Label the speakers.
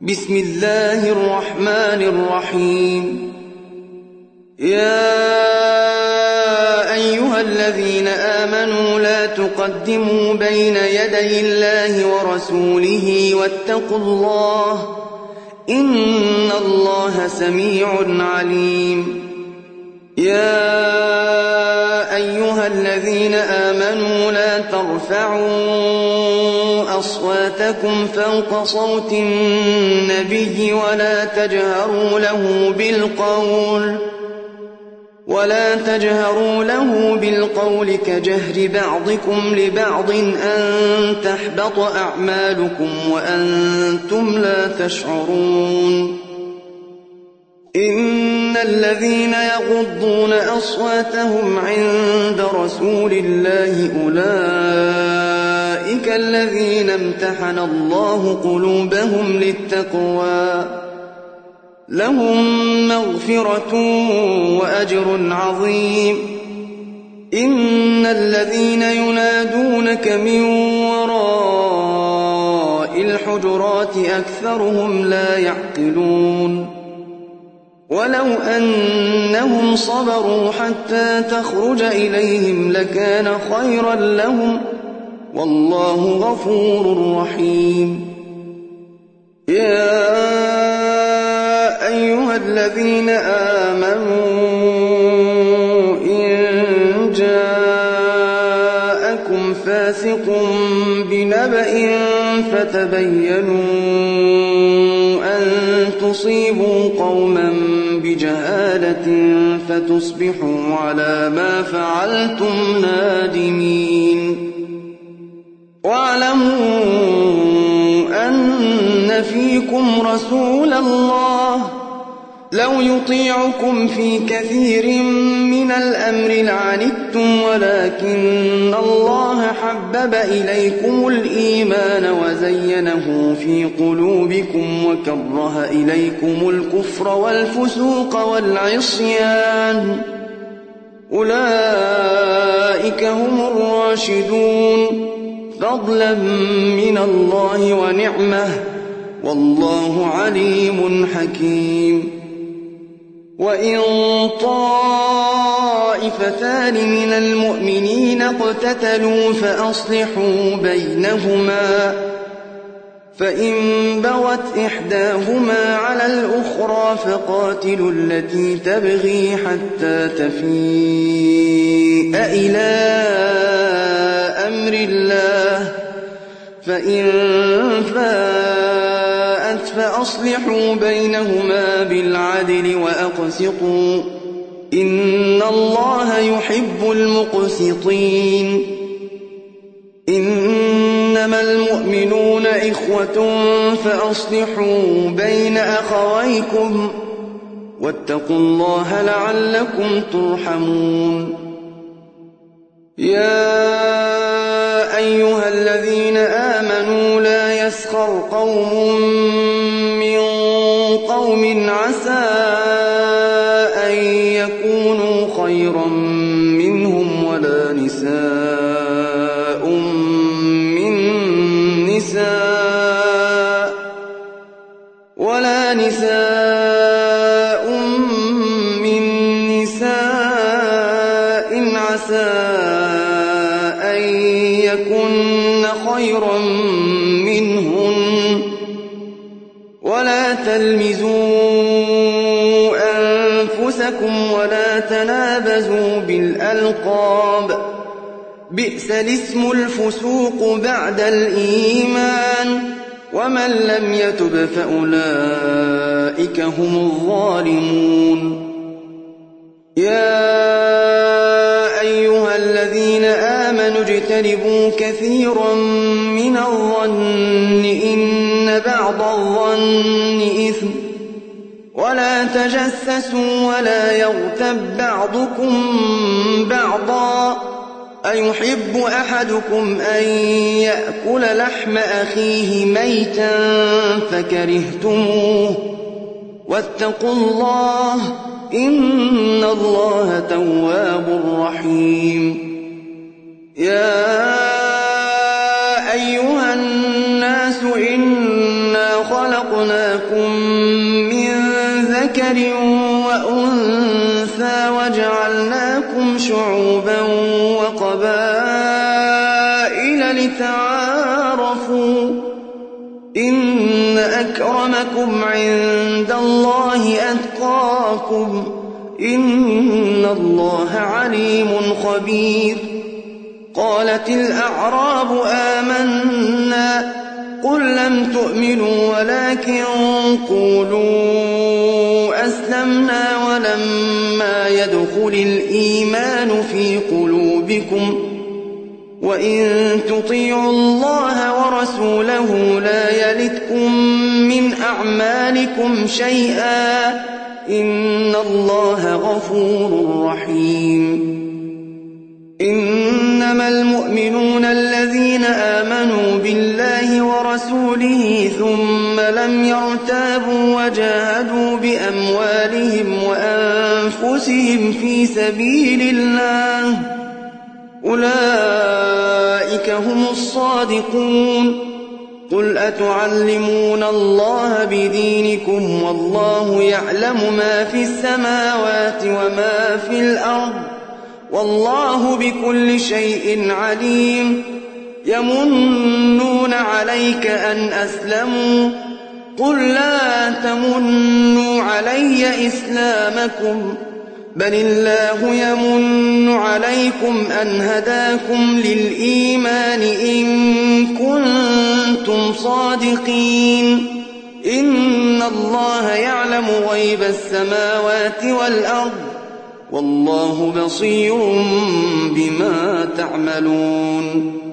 Speaker 1: بسم الله الرحمن الرحيم. يا أيها الذين آمنوا لا تقدموا بين يدي الله ورسوله واتقوا الله إن الله سميع عليم. يا أيها الذين آمنوا لا ترفعوا أصواتكم فوق صوت النبي ولا تجهروا له بالقول كجهر بعضكم لبعض أن تحبط أعمالكم وأنتم لا تشعرون. إن الذين يغضون أصواتهم عند رسول الله أولئك الذين امتحن الله قلوبهم للتقوى لهم مغفرة وأجر عظيم. إن الذين ينادونك من وراء الحجرات أكثرهم لا يعقلون. ولو أنهم صبروا حتى تخرج إليهم لكان خيرا لهم والله غفور رحيم. يا أيها الذين آمنوا إن جاءكم فاسق بنبأ فتبينوا أن تصيبوا قوما بجهالة فتصبحوا على ما فعلتم نادمين. واعلموا أن فيكم رسول الله لو يطيعكم في كثير من الأمر لعنتم ولكن الله حبب إليكم الإيمان وزينه في قلوبكم وكره إليكم الكفر والفسوق والعصيان أولئك هم الراشدون فضلا من الله ونعمه والله عليم حكيم. وإن طائفتان من المؤمنين اقتتلوا فأصلحوا بينهما فإن بغت إحداهما على الأخرى فقاتلوا التي تبغي حتى تفيء إلى أمر الله فإن فاءت فأصلحوا بينهما بالعدل وأقسطوا إن الله يحب المقسطين. إنما المؤمنون إخوة فأصلحوا بين أخويكم واتقوا الله لعلكم ترحمون. يا أيها الذين آمنوا لا يسخر قوم من قوم عسى أن يكونوا خيرا منهم ولا نساء من نساء عسى أن يكن خيرا منهن ولا تلمزوا أنفسكم ولا تنابزوا بالألقاب بئس الاسم الفسوق بعد الإيمان ومن لم يتب فأولئك هم الظالمون. يا أيها الذين آمنوا اجتنبوا كثيرا من الظن إن بعض الظن إثم ولا تجسسوا ولا يغتب بعضكم بعضا أيحب أحدكم أن يأكل لحم أخيه ميتا فكرهتموه واتقوا الله إن الله تواب رحيم. يا أيها الناس إنا خلقناكم خلقناكم من ذكر وأنثى وجعلناكم شعوبا وقبائل لتعارفوا إن أكرمكم عند الله أتقاكم إن الله عليم خبير. قالت الأعراب آمنا قل لم تؤمنوا ولكن قولوا أسلمنا ولما يدخل الإيمان في قلوبكم وإن تطيعوا الله ورسوله لا يلتكم من أعمالكم شيئا إن الله غفور رحيم. إنما المؤمنون الذين آمنوا بالله ورسوله ثم لم يرتابوا وجاهدوا بأموالهم وأنفسهم في سبيل الله أولئك هم الصادقون. قل أتعلمون الله بدينكم والله يعلم ما في السماوات وما في الأرض والله بكل شيء عليم. يمنون عليك أن أسلموا قل لا تمنوا علي إسلامكم بل الله يمن عليكم أن هداكم للإيمان إن كنتم صادقين. إن الله يعلم غيب السماوات والأرض والله بصير بما تعملون.